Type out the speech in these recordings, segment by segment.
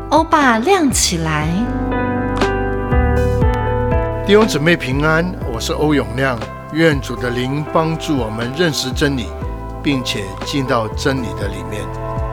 欧巴亮起来。 弟兄姊妹平安，我是欧永亮，愿主的灵帮助我们认识真理，并且进到真理的里面。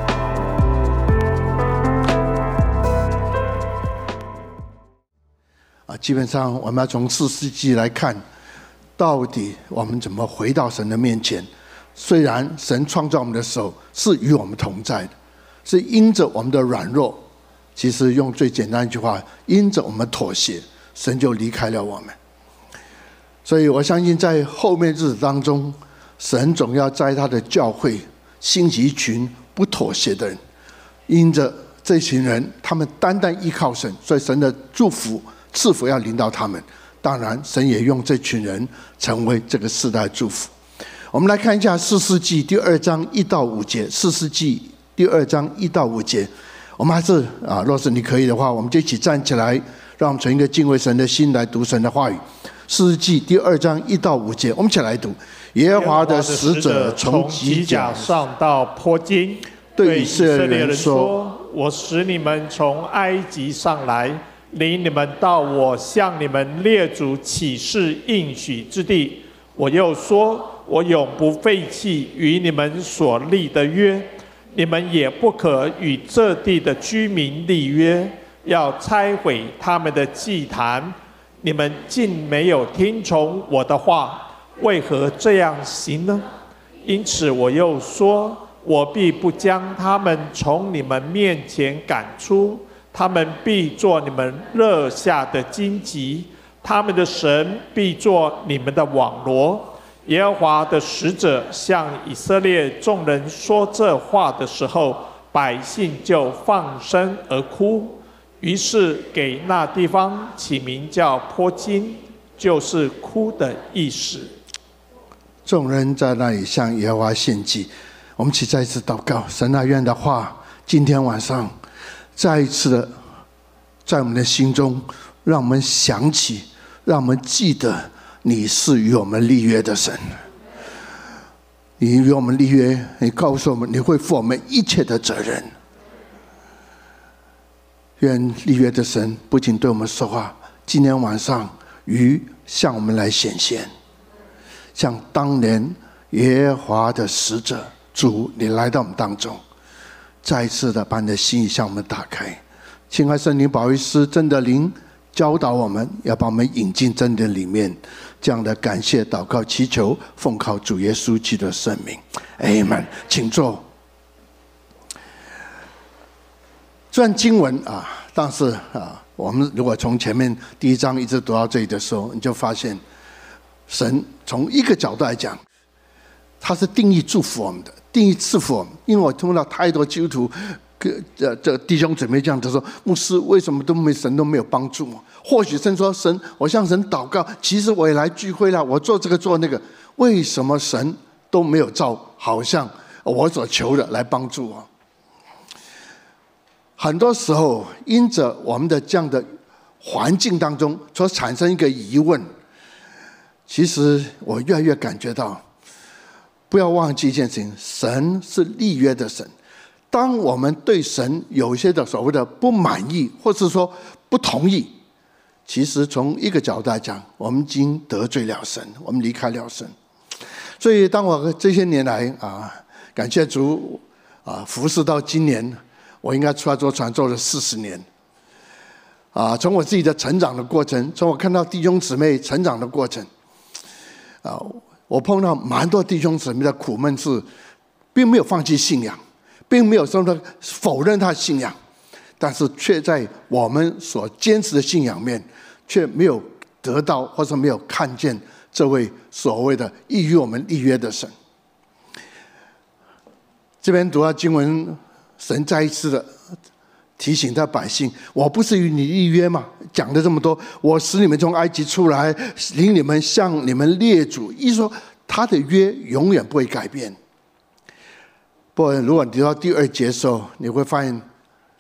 基本上我们要从4世纪来看，到底我们怎么回到神的面前。虽然神创造我们的时候是与我们同在的，是因着我们的软弱，其实用最简单一句话，因着我们妥协，神就离开了我们。所以我相信在后面日子当中，神总要在他的教会兴起一群不妥协的人，因着这群人他们单单依靠神，所以神的祝福赐福要临到他们。当然神也用这群人成为这个世代的祝福。我们来看一下4世纪第2章1到5节。4世纪第2章1到5节，我们还是若是你可以的话，我们就一起站起来，让我们存一个敬畏神的心来读神的话语。4世纪第2章1到5节，我们一起来读。耶和华的使者从吉甲上到坡金，对以色列人说：我使你们从埃及上来，领你们到我向你们列祖起誓应许之地。我又说，我永不废弃与你们所立的约，你们也不可与这地的居民立约，要拆毁他们的祭坛。你们竟没有听从我的话，为何这样行呢？因此我又说，我必不将他们从你们面前赶出，他们必做你们肋下的荆棘，他们的神必做你们的网罗。耶和华的使者向以色列众人说这话的时候，百姓就放声而哭，于是给那地方起名叫坡金，就是哭的意思。 众人在那里向耶和华献祭。我们一起再一次祷告，神啊，愿的话今天晚上再一次的在我们的心中，让我们想起，让我们记得你是与我们立约的神。你与我们立约，你告诉我们你会负我们一切的责任。愿立约的神不仅对我们说话，今天晚上向我们来显现，像当年耶和华的使者主，你来到我们当中，再一次的把你的心意向我们打开。亲爱圣灵保惠师真的灵教导我们，要把我们引进真理里面。这样的感谢祷告祈求，奉靠主耶稣基督的圣名 Amen。 请坐。这段经文但是我们如果从前面第1章一直读到这里的时候，你就发现神从一个角度来讲，他是定义祝福我们的，定义赐福我们。因为我听到太多基督徒这弟兄姊妹这样他说，牧师为什么神都没有帮助我？或许神说，神我向神祷告，其实我也来聚会了，我做这个做那个，为什么神都没有照好像我所求的来帮助我？很多时候因着我们的这样的环境当中所产生一个疑问，其实我越来越感觉到，不要忘记一件事情，神是立约的神。当我们对神有一些的所谓的不满意，或是说不同意，其实从一个角度来讲，我们已经得罪了神，我们离开了神。所以当我这些年来感谢主服侍到今年，我应该出来做传道了40年从我自己的成长的过程，从我看到弟兄姊妹成长的过程我碰到蛮多弟兄姊妹的苦闷是，并没有放弃信仰，并没有说他否认他的信仰，但是却在我们所坚持的信仰面，却没有得到或者没有看见这位所谓的与我们立约的神。这边读到经文，神再一次的提醒他百姓，我不是与你立约吗？讲了这么多，我使你们从埃及出来，领你们向你们列祖，意思说他的约永远不会改变。不过如果你读到第2节的时候，你会发现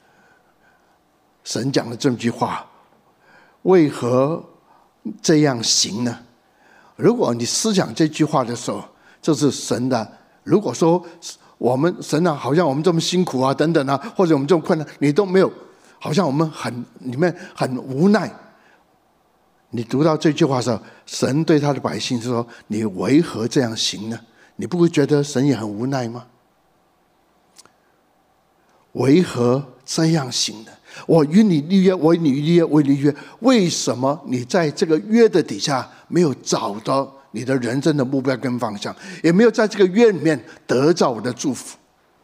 神讲了这句话，为何这样行呢？如果你思想这句话的时候，这是神的。如果说我们神好像我们这么辛苦等等或者我们这么困难，你都没有好像我们里面很无奈。你读到这句话的时候，神对他的百姓说：“你为何这样行呢？”你不会觉得神也很无奈吗？为何这样行呢？我与你立约，我与你立约，我与你立约，为什么你在这个约的底下没有找到你的人生的目标跟方向，也没有在这个约里面得到我的祝福？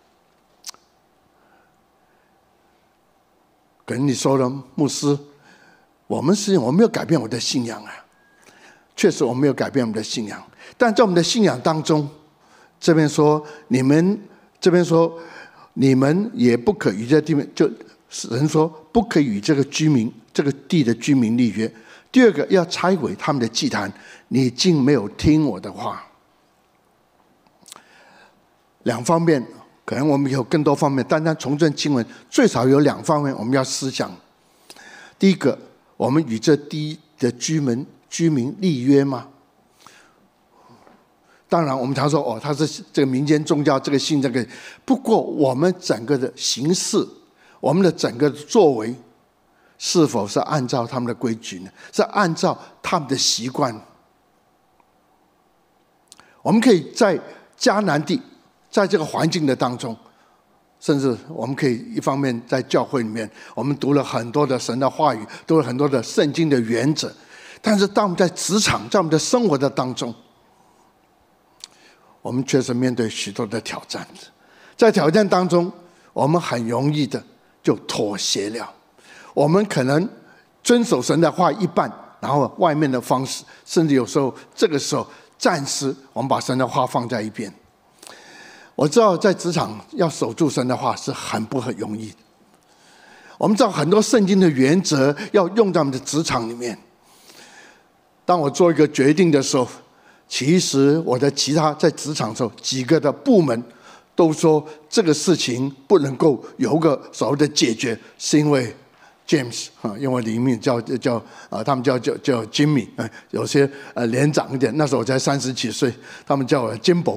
可能你说了，牧师，我们没有改变我的信仰啊。确实我们没有改变我们的信仰，但在我们的信仰当中，这边说你们也不可与这地面，就人说不可以与这个地的居民立约。第二个，要拆毁他们的祭坛，你竟没有听我的话。两方面，可能我们有更多方面，单单从这经文最少有两方面我们要思想。第一个，我们与这地的居民立约吗？当然我们常说他是这个民间宗教，这个信这个，不过我们整个的形式，我们的整个的作为，是否是按照他们的规矩呢？是按照他们的习惯？我们可以在迦南地，在这个环境的当中，甚至我们可以一方面在教会里面，我们读了很多的神的话语，读了很多的圣经的原则，但是当我们在职场，在我们的生活的当中，我们确实面对许多的挑战。在挑战当中，我们很容易的就妥协了。我们可能遵守神的话一半，然后外面的方式，甚至有时候这个时候暂时我们把神的话放在一边。我知道在职场要守住神的话是很容易的。我们知道很多圣经的原则要用在我们的职场里面。当我做一个决定的时候，其实我的其他在职场的时候几个的部门都说这个事情不能够有个所谓的解决，是因为 James 因为里面他们叫 Jimmy， 有些年长一点，那时候我才30几岁，他们叫我 Jimbo。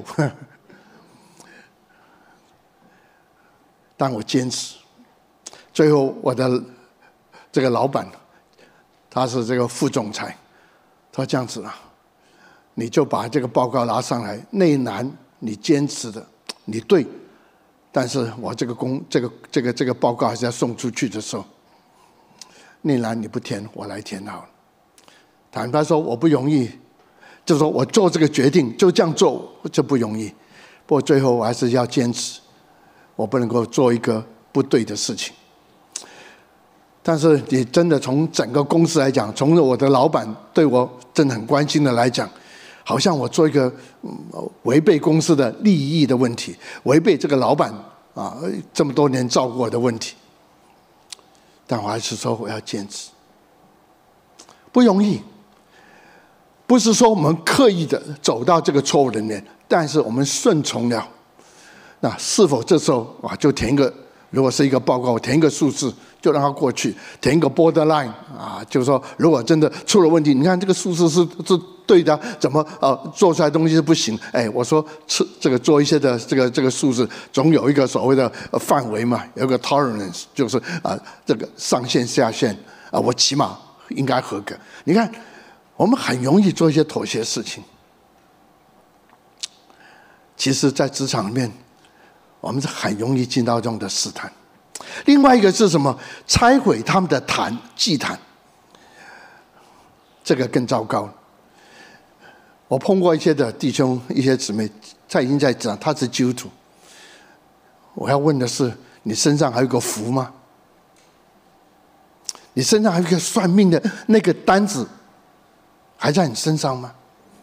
但我坚持，最后我的这个老板，他是这个副总裁，他说这样子啊，你就把这个报告拿上来，内栏你坚持的，你对，但是我这个报告还是要送出去的时候，内栏你不填，我来填好了。坦白说我不容易，就是说我做这个决定就这样做，这不容易。不过最后我还是要坚持，我不能够做一个不对的事情。但是你真的从整个公司来讲，从我的老板对我真的很关心的来讲，好像我做一个违背公司的利益的问题，违背这个老板这么多年照顾我的问题。但我还是说我要坚持，不容易。不是说我们刻意的走到这个错误的面，但是我们顺从了。那是否这时候就填一个，如果是一个报告，填一个数字就让它过去，填一个 borderline 就是说如果真的出了问题，你看这个数字是对的，怎么做出来的东西是不行？我说这个做一些的这个数字总有一个所谓的范围嘛，有个 tolerance， 就是这个上限下限我起码应该合格。你看我们很容易做一些妥协事情，其实在职场里面我们是很容易进到这种的试探。另外一个是什么？拆毁他们的祭坛，这个更糟糕了。我碰过一些的弟兄一些姊妹，已经在讲他是基督徒，我要问的是，你身上还有个符吗？你身上还有一个算命的那个单子还在你身上吗？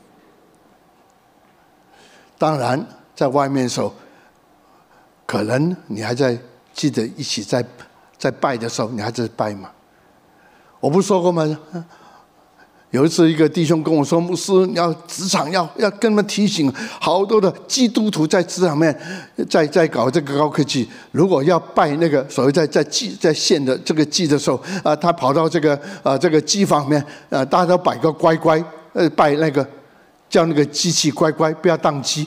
当然在外面的时候，可能你还在记得一起在拜的时候，你还在拜吗？我不说过吗？有一次一个弟兄跟我说，牧师，你要职场要跟他们提醒，好多的基督徒在职场面在搞这个高科技，如果要拜那个所谓在献的这个祭的时候他跑到这个机房里面大家都摆个乖乖拜那个叫那个机器乖乖不要宕机，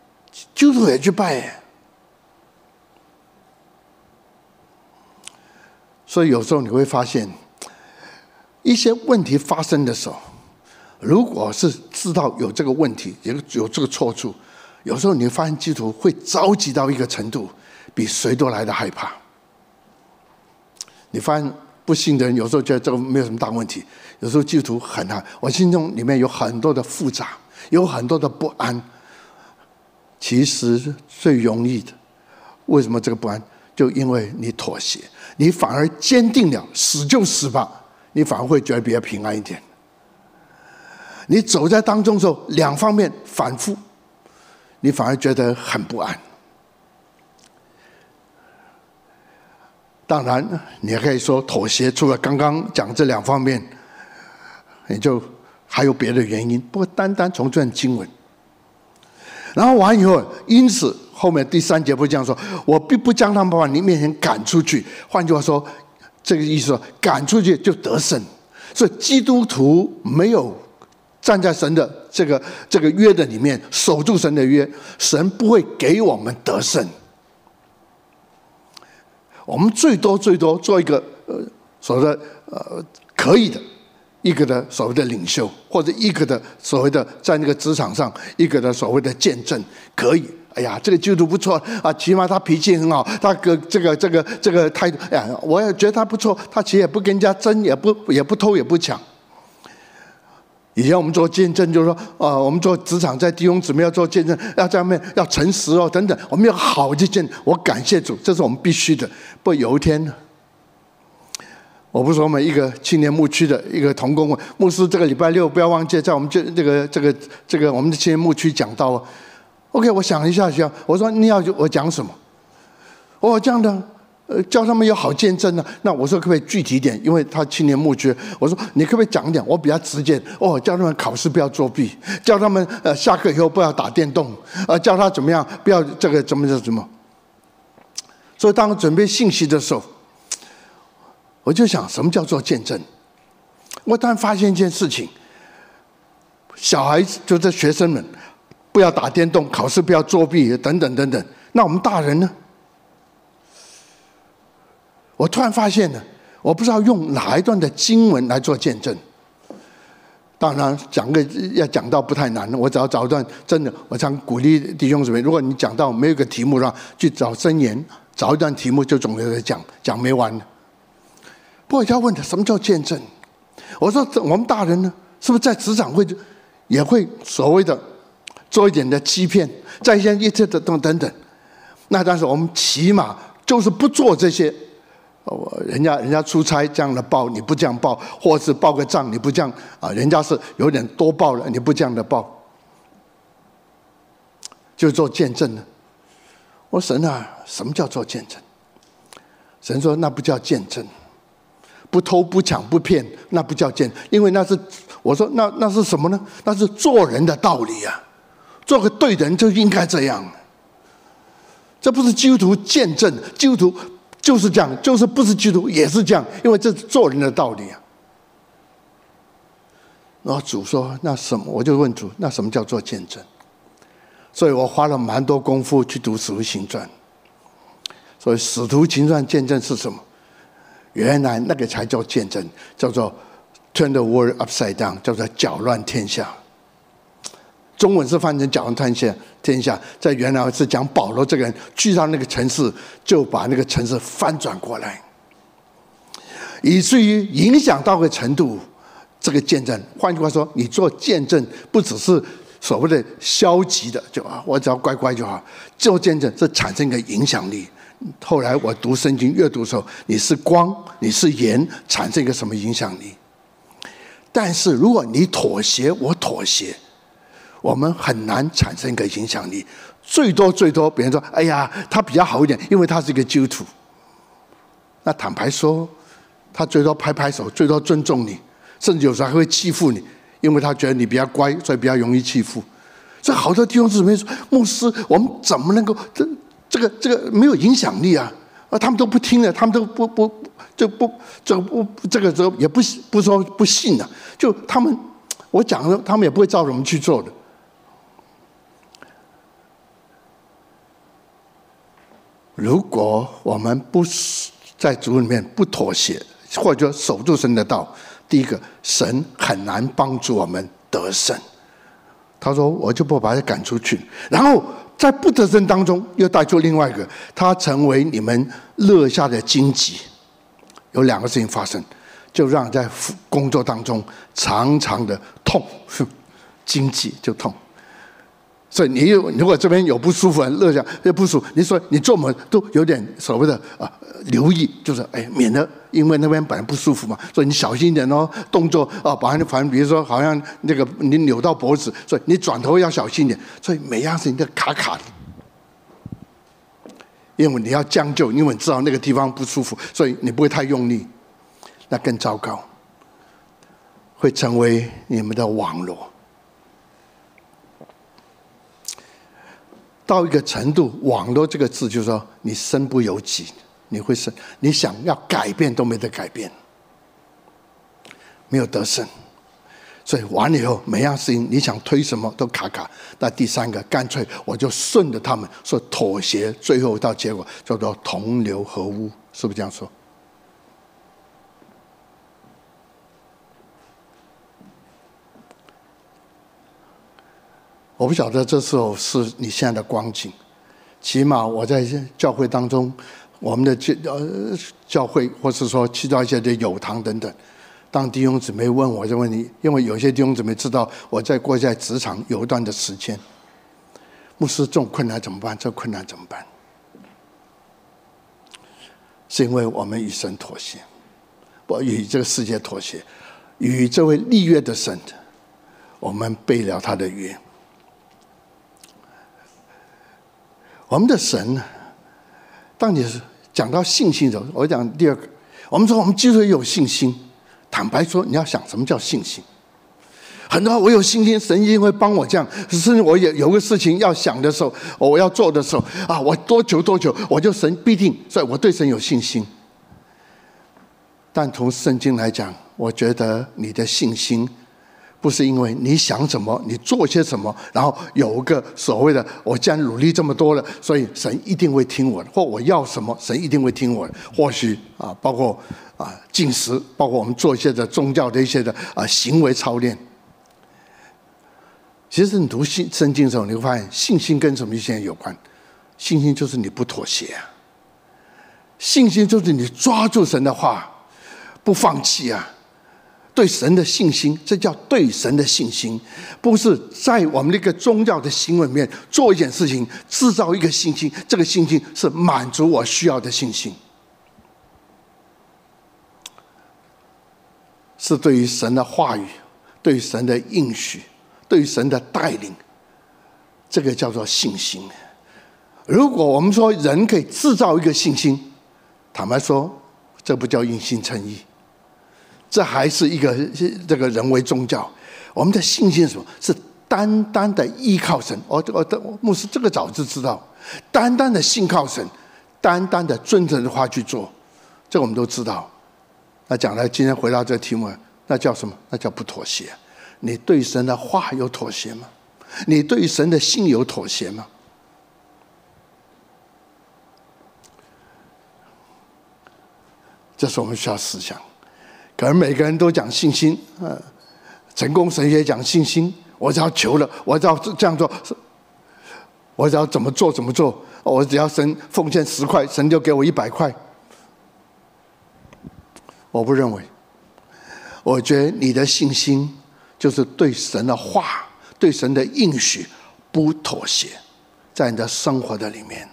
基督徒也去拜所以有时候你会发现，一些问题发生的时候，如果是知道有这个问题，有这个错处，有时候你会发现基督徒会着急到一个程度，比谁都来的害怕。你发现不信的人有时候觉得这个没有什么大问题，有时候基督徒很难，我心中里面有很多的复杂，有很多的不安。其实最容易的，为什么这个不安？就因为你妥协，你反而坚定了，死就死吧，你反而会觉得比较平安一点。你走在当中的时候，两方面反复，你反而觉得很不安。当然，你也可以说妥协，除了刚刚讲这两方面，你就还有别的原因。不过单单从这段经文，然后完以后，因此后面第3节不是这样说：我必不将他们往你面前赶出去。换句话说，这个意思说，赶出去就得胜。所以基督徒没有站在神的这个约的里面，守住神的约，神不会给我们得胜。我们最多做一个所谓的可以的一个的所谓的领袖，或者一个的所谓的在那个职场上一个的所谓的见证，可以。哎呀，这个基督徒不错啊，起码他脾气很好，他这个态度，哎呀，我也觉得他不错，他其实也不跟人家争，也不偷也不抢。以前我们做见证，就是说，我们做职场，在弟兄姊妹要做见证，要在外面要诚实哦，等等，我们要好的见证。我感谢主，这是我们必须的。不过有一天，我不是我们一个青年牧区的一个同工牧师，这个礼拜6不要忘记在我们这个我们的青年牧区讲到哦。OK， 我想一下，我说你要我讲什么？这样的。叫他们有好见证呢。那我说可不可以具体一点？因为他青年牧区，我说你可不可以讲一点？我比较直接。叫他们考试不要作弊，叫他们下课以后不要打电动，叫他怎么样，不要这个怎么。所以当我准备信息的时候，我就想什么叫做见证？我突然发现一件事情：小孩子就这学生们不要打电动，考试不要作弊，等等等等。那我们大人呢？我突然发现了，我不知道用哪一段的经文来做见证。当然，要讲到不太难，我只要找一段真的，我常鼓励弟兄姊妹，如果你讲到没有一个题目的话，去找箴言，找一段题目就总有的讲没完了。不过要问他什么叫见证？我说我们大人呢，是不是在职场也会所谓的做一点的欺骗，在一些的等等？那但是我们起码就是不做这些。人家出差这样的报，你不这样报，或是报个账你不这样啊，人家是有点多报了，你不这样的报，就做见证了。我说神啊，什么叫做见证？神说那不叫见证，不偷不抢不骗，那不叫见证，因为那是我说那是什么呢？那是做人的道理啊，做个对的人就应该这样。这不是基督徒见证，基督徒。就是这样，就是不是基督徒也是这样，因为这是做人的道理啊。然后主说：“那什么？”我就问主：“那什么叫做见证？”所以我花了蛮多功夫去读《使徒行传》。所以《使徒行传》见证是什么？原来那个才叫见证，叫做 “turn the world upside down”， 叫做搅乱天下。中文是翻成搅乱天下，在原来是讲保罗这个人去到那个城市，就把那个城市翻转过来，以至于影响到个程度。这个见证，换句话说，你做见证不只是所谓的消极的，就我只要乖乖就好。做见证是产生一个影响力。后来我读圣经阅读的时候，你是光，你是盐，产生一个什么影响力？但是如果你妥协，我妥协。我们很难产生一个影响力，最多别人说：“哎呀，他比较好一点，因为他是一个基督徒。”那坦白说，他最多拍拍手，最多尊重你，甚至有时候还会欺负你，因为他觉得你比较乖，所以比较容易欺负。所以好多弟兄姊妹说：“牧师，我们怎么能够这个没有影响力啊？他们都不听了，他们都这个也不说不信啊，就他们我讲了，他们也不会照着我们去做的。”如果我们不在主里面不妥协，或者守住神的道，第一个，神很难帮助我们得胜。他说：“我就不把他赶出去。”然后在不得胜当中，又带出另外一个，他成为你们乐下的荆棘。有两个事情发生，就让在工作当中常常的痛，荆棘就痛。所以你如果这边有不舒服，乐下又不舒服，你说你做什么都有点所谓的留意，就是免得因为那边本来不舒服嘛，所以你小心一点哦，动作反正比如说好像那个你扭到脖子，所以你转头要小心一点，所以每样事情都卡卡的，因为你要将就，因为你知道那个地方不舒服，所以你不会太用力，那更糟糕，会成为你们的网罗。到一个程度，网络这个字就是说，你身不由己，你会生，你想要改变都没得改变，没有得胜。所以完了以后，每样事情你想推什么都卡卡。那第三个，干脆我就顺着他们，说妥协，最后到结果叫做同流合污，是不是这样说？我不晓得这时候是你现在的光景，起码我在教会当中，我们的教会，或是说去到一些的友堂等等，当弟兄姊妹问我这问题，因为有些弟兄姊妹知道我在过在职场有一段的时间，牧师这种困难怎么办？这困难怎么办？是因为我们与神妥协，不与这个世界妥协，与这位立约的神，我们背了他的约。我们的神，当你讲到信心的时候，我讲第二个，我们说我们基督徒有信心，坦白说，你要想什么叫信心？很多我有信心，神一定会帮我这样。甚至我有个事情要想的时候，我要做的时候我多求，我就神必定，所以我对神有信心。但从圣经来讲，我觉得你的信心不是因为你想什么，你做些什么，然后有一个所谓的我既然努力这么多了，所以神一定会听我的，或我要什么，神一定会听我的。或许包括进食，包括我们做一些的宗教的一些的行为操练。其实你读圣经的时候，你会发现信心跟什么事情有关？信心就是你不妥协信心就是你抓住神的话，不放弃对神的信心，这叫对神的信心，不是在我们那个宗教的行为里面做一件事情，制造一个信心，这个信心是满足我需要的信心，是对于神的话语，对于神的应许，对于神的带领，这个叫做信心。如果我们说人可以制造一个信心，坦白说，这不叫因信称义，这还是一个这个人为宗教。我们的信心是什么？是单单的依靠神。牧师这个早就知道，单单的信靠神，单单的遵神的话去做，这个我们都知道。那讲来，今天回到这个题目，那叫什么？那叫不妥协。你对神的话有妥协吗？你对神的心有妥协吗？这是我们需要思想。可能每个人都讲信心，成功神学讲信心。我只要求了，我只要这样做，我只要怎么做，我只要神奉献10块，神就给我100块。我不认为，我觉得你的信心就是对神的话、对神的应许不妥协，在你的生活的里面。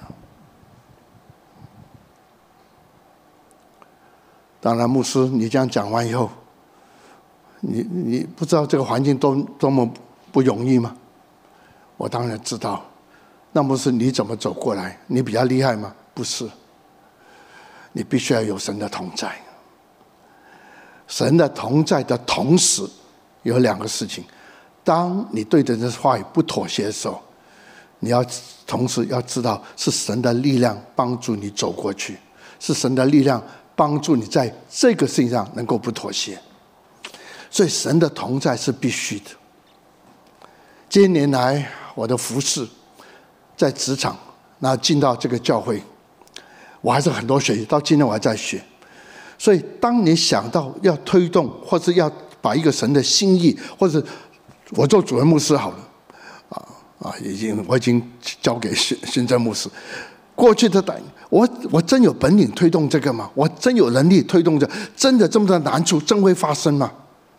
当然，牧师，你这样讲完以后，你不知道这个环境多么不容易吗？我当然知道。那牧师，你怎么走过来？你比较厉害吗？不是，你必须要有神的同在。神的同在的同时，有2个事情：当你对着这话语不妥协的时候，你要同时要知道，是神的力量帮助你走过去，是神的力量帮助你在这个事情上能够不妥协。所以神的同在是必须的。这些年来我的服事，在职场，那进到这个教会， 我还是很多学习，到今天我还在学。所以，当你想到要推动，或是要把一个神的心意，或者我做主任牧师好了，我已经交给行政牧师。过去的我真有本领推动这个吗？我真有能力推动这？真的这么的难处，真会发生吗？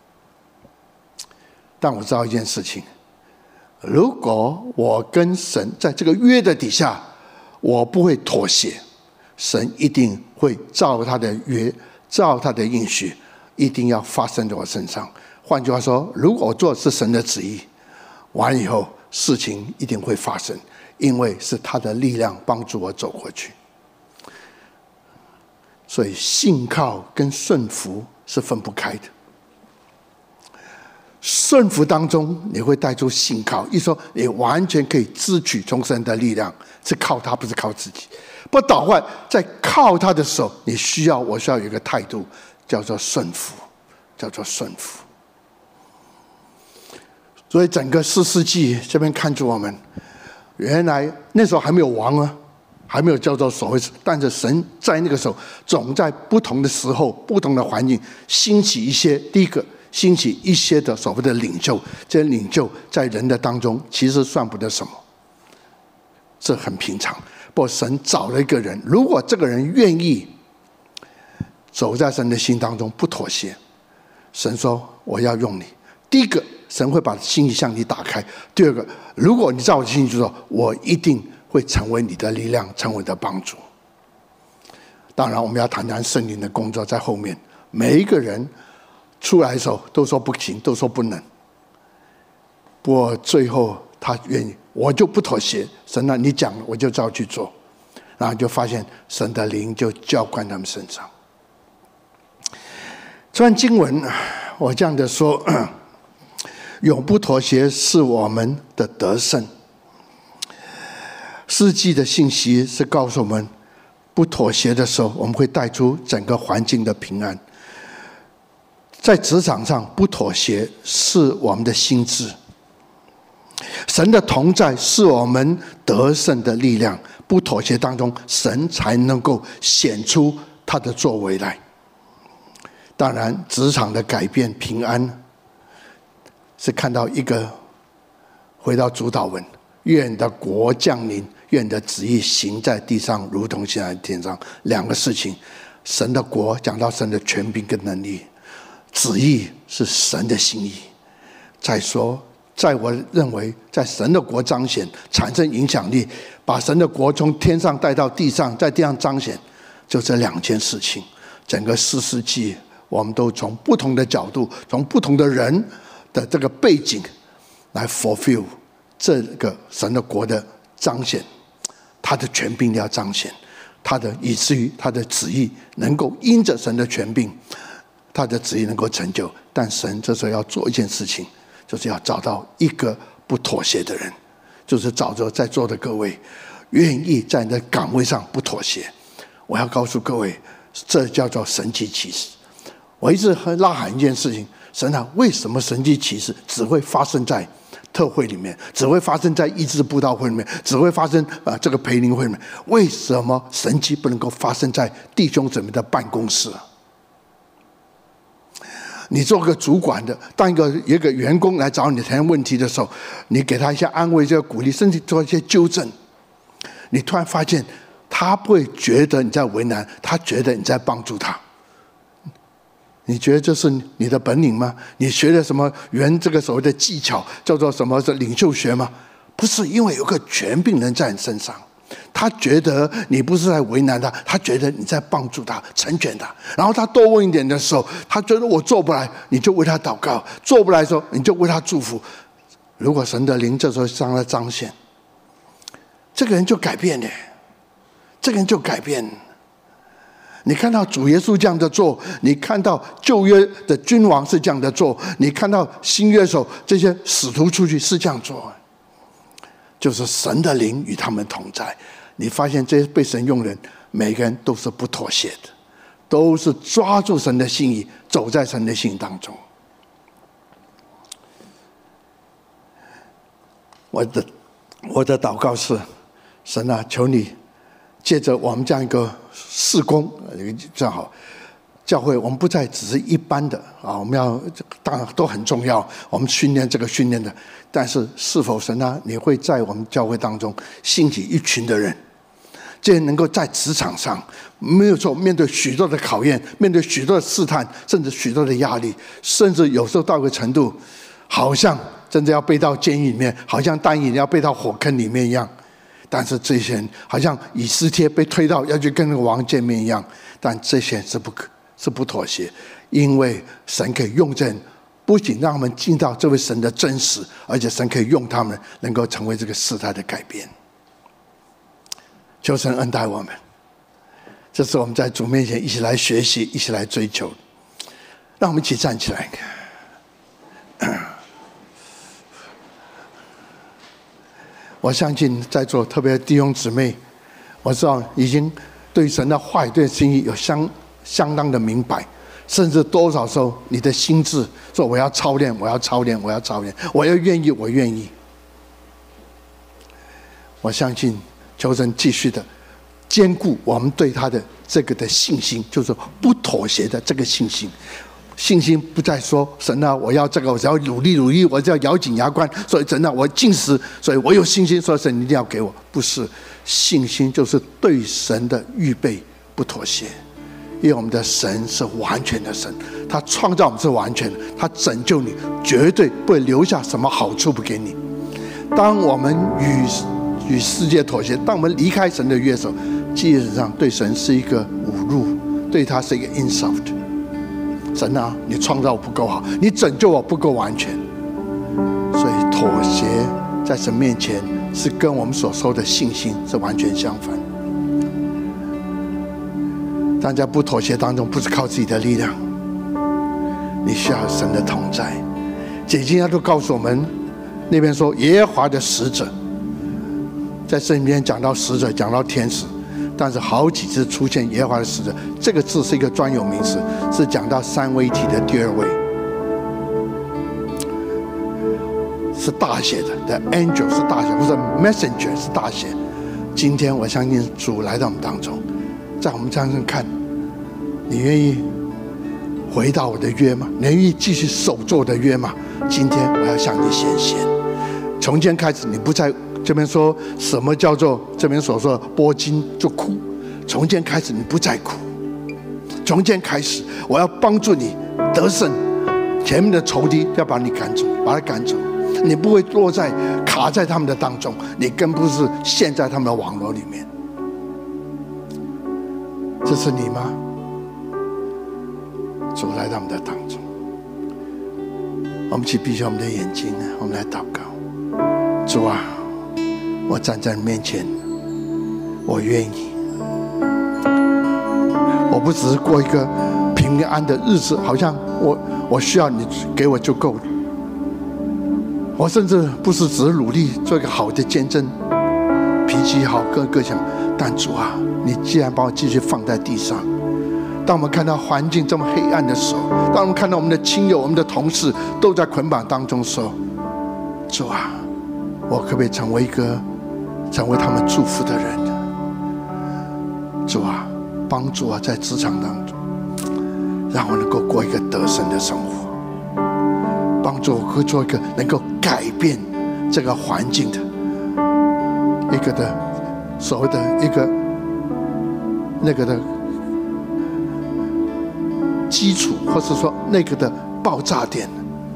但我知道一件事情：如果我跟神在这个约的底下，我不会妥协，神一定会照他的约，照他的应许，一定要发生在我身上。换句话说，如果我做的是神的旨意，完以后事情一定会发生，因为是他的力量帮助我走过去。所以信靠跟顺服是分不开的。顺服当中你会带出信靠，一说你完全可以支取从神的力量，是靠他，不是靠自己。不倒换，在靠他的时候，我需要有一个态度，叫做顺服，叫做顺服。所以整个4世纪这边看住我们，原来那时候还没有王啊，还没有叫做所谓，但是神在那个时候总在不同的时候、不同的环境兴起一些，第一个兴起一些的所谓的领袖，这些领袖在人的当中其实算不得什么，这很平常。不过神找了一个人，如果这个人愿意走在神的心当中，不妥协，神说我要用你。第一个，神会把心意向你打开；第二个，如果你照我的心意去做，我一定会成为你的力量，成为你的帮助。当然我们要谈谈圣灵的工作在后面，每一个人出来的时候都说不行，都说不能，不过最后他愿意，我就不妥协。神啊，你讲了，我就照去做。然后就发现神的灵就浇灌他们身上。这段经文我这样的说，永不妥协是我们的得胜。世纪的信息是告诉我们，不妥协的时候，我们会带出整个环境的平安。在职场上，不妥协是我们的心智。神的同在是我们得胜的力量，不妥协当中，神才能够显出他的作为来。当然，职场的改变平安，是看到一个回到主祷文，愿你的国降临，愿你的旨意行在地上，如同行在天上。两个事情，神的国讲到神的权柄跟能力，旨意是神的心意。再说，在我认为，在神的国彰显，产生影响力，把神的国从天上带到地上，在地上彰显，就这两件事情。整个4世纪，我们都从不同的角度，从不同的人的这个背景来 fulfill 这个神的国的彰显，他的权柄要彰显，他的以至于他的旨意能够因着神的权柄，他的旨意能够成就。但神这时候要做一件事情，就是要找到一个不妥协的人，就是找着在座的各位愿意在你的岗位上不妥协。我要告诉各位，这叫做神迹奇事。我一直呐喊一件事情，神啊，为什么神迹奇事只会发生在特会里面，只会发生在医治布道会里面，只会发生这个培灵会里面？为什么神迹不能够发生在弟兄姊妹的办公室？你做个主管的，当一个员工来找你谈问题的时候，你给他一些安慰，这个鼓励，甚至做一些纠正，你突然发现他不会觉得你在为难，他觉得你在帮助他。你觉得这是你的本领吗？你学的什么这个所谓的技巧叫做什么领袖学吗？不是，因为有个权柄人在你身上，他觉得你不是在为难他，他觉得你在帮助他，成全他。然后他多问一点的时候，他觉得我做不来，你就为他祷告；做不来的时候，你就为他祝福。如果神的灵这时候向他彰显，这个人就改变了，这个人就改变。你看到主耶稣这样的做，你看到旧约的君王是这样的做，你看到新约的时候这些使徒出去是这样做，就是神的灵与他们同在。你发现这些被神用的人，每个人都是不妥协的，都是抓住神的心意，走在神的心意当中。我的祷告是，神啊，求你借着我们这样一个事工，正好教会我们不再只是一般的啊，我们要当然都很重要，我们训练这个训练的，但是是否神啊，你会在我们教会当中兴起一群的人，这些能够在职场上没有错，面对许多的考验，面对许多的试探，甚至许多的压力，甚至有时候到个程度，好像真的要背到监狱里面，好像但以理要背到火坑里面一样。但是这些人好像以斯帖被推到要去跟那个王见面一样，但这些人是不妥协，因为神可以用这人，不仅让他们进到这位神的真实，而且神可以用他们能够成为这个时代的改变。求神恩待我们，这是我们在主面前一起来学习，一起来追求。让我们一起站起来。我相信在座特别弟兄姊妹，我知道已经对神的话语、对心意有相当的明白，甚至多少时候你的心智说我要操练，我要操练，我要操练，我要愿意，我愿意。我相信求神继续的坚固我们对他的这个的信心，就是不妥协的这个信心。信心不再说神啊，我要这个，我只要努力，我只要咬紧牙关，所以神啊，我进食，所以我有信心，所以神一定要给我。不是，信心就是对神的预备不妥协，因为我们的神是完全的神，他创造我们是完全的，他拯救你绝对不会留下什么好处不给你。当我们与世界妥协，当我们离开神的约束，基本上对神是一个侮辱，对他是一个 insult。神啊，你创造我不够好，你拯救我不够完全，所以妥协在神面前是跟我们所说的信心是完全相反。但在不妥协当中，不是靠自己的力量，你需要神的同在。解经家都告诉我们，那边说耶和华的使者，在圣经里面讲到使者，讲到天使。但是好几次出现耶和华的使者，这个字是一个专有名词，是讲到三位一体的第二位，是大写的 ，the angel 是大写，不是 messenger 是大写。今天我相信主来到我们当中，在我们当中看，你愿意回到我的约吗？你愿意继续守住我的约吗？今天我要向你显现。从今天开始，你不再这边说什么叫做这边所说的剥筋就哭，从今天开始你不再哭，从今天开始我要帮助你得胜，前面的仇敌要把你赶走，把他赶走，你不会卡在他们的当中，你更不是陷在他们的网络里面。这是你吗？主来到我们的当中，我们去闭上我们的眼睛，我们来祷告。主啊，我站在你面前，我愿意。我不只是过一个平安的日子，好像我需要你给我就够了。我甚至不是只是努力做一个好的见证，脾气好，各项。但主啊，你既然把我继续放在地上，当我们看到环境这么黑暗的时候，当我们看到我们的亲友、我们的同事都在捆绑当中的时候，主啊，我可不可以成为他们祝福的人？主啊，帮助我在职场当中，让我能够过一个得胜的生活，帮助我做一个能够改变这个环境的一个的所谓的一个那个的基础，或是说那个的爆炸点。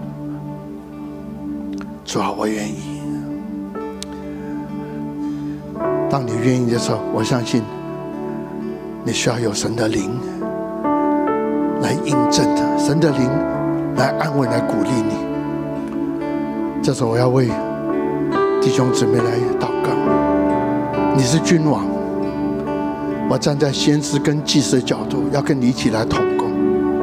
主啊，我愿意。当你愿意的时候，我相信你需要有神的灵来印证的，神的灵来安慰、来鼓励你。这时候我要为弟兄姊妹来祷告。你是君王，我站在先知跟祭司的角度，要跟你一起来同工。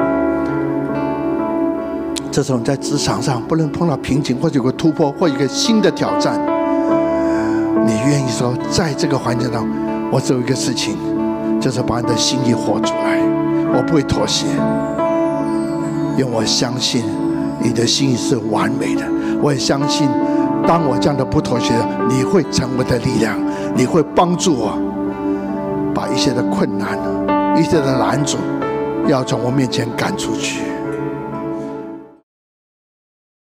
这时候你在职场上不论碰到瓶颈，或者有个突破，或有一个新的挑战，你愿意说，在这个环境当中，我只有一个事情，就是把你的心意活出来，我不会妥协，因为我相信你的心意是完美的。我也相信，当我这样的不妥协，你会成为我的力量，你会帮助我把一切的困难、一切的拦阻，要从我面前赶出去。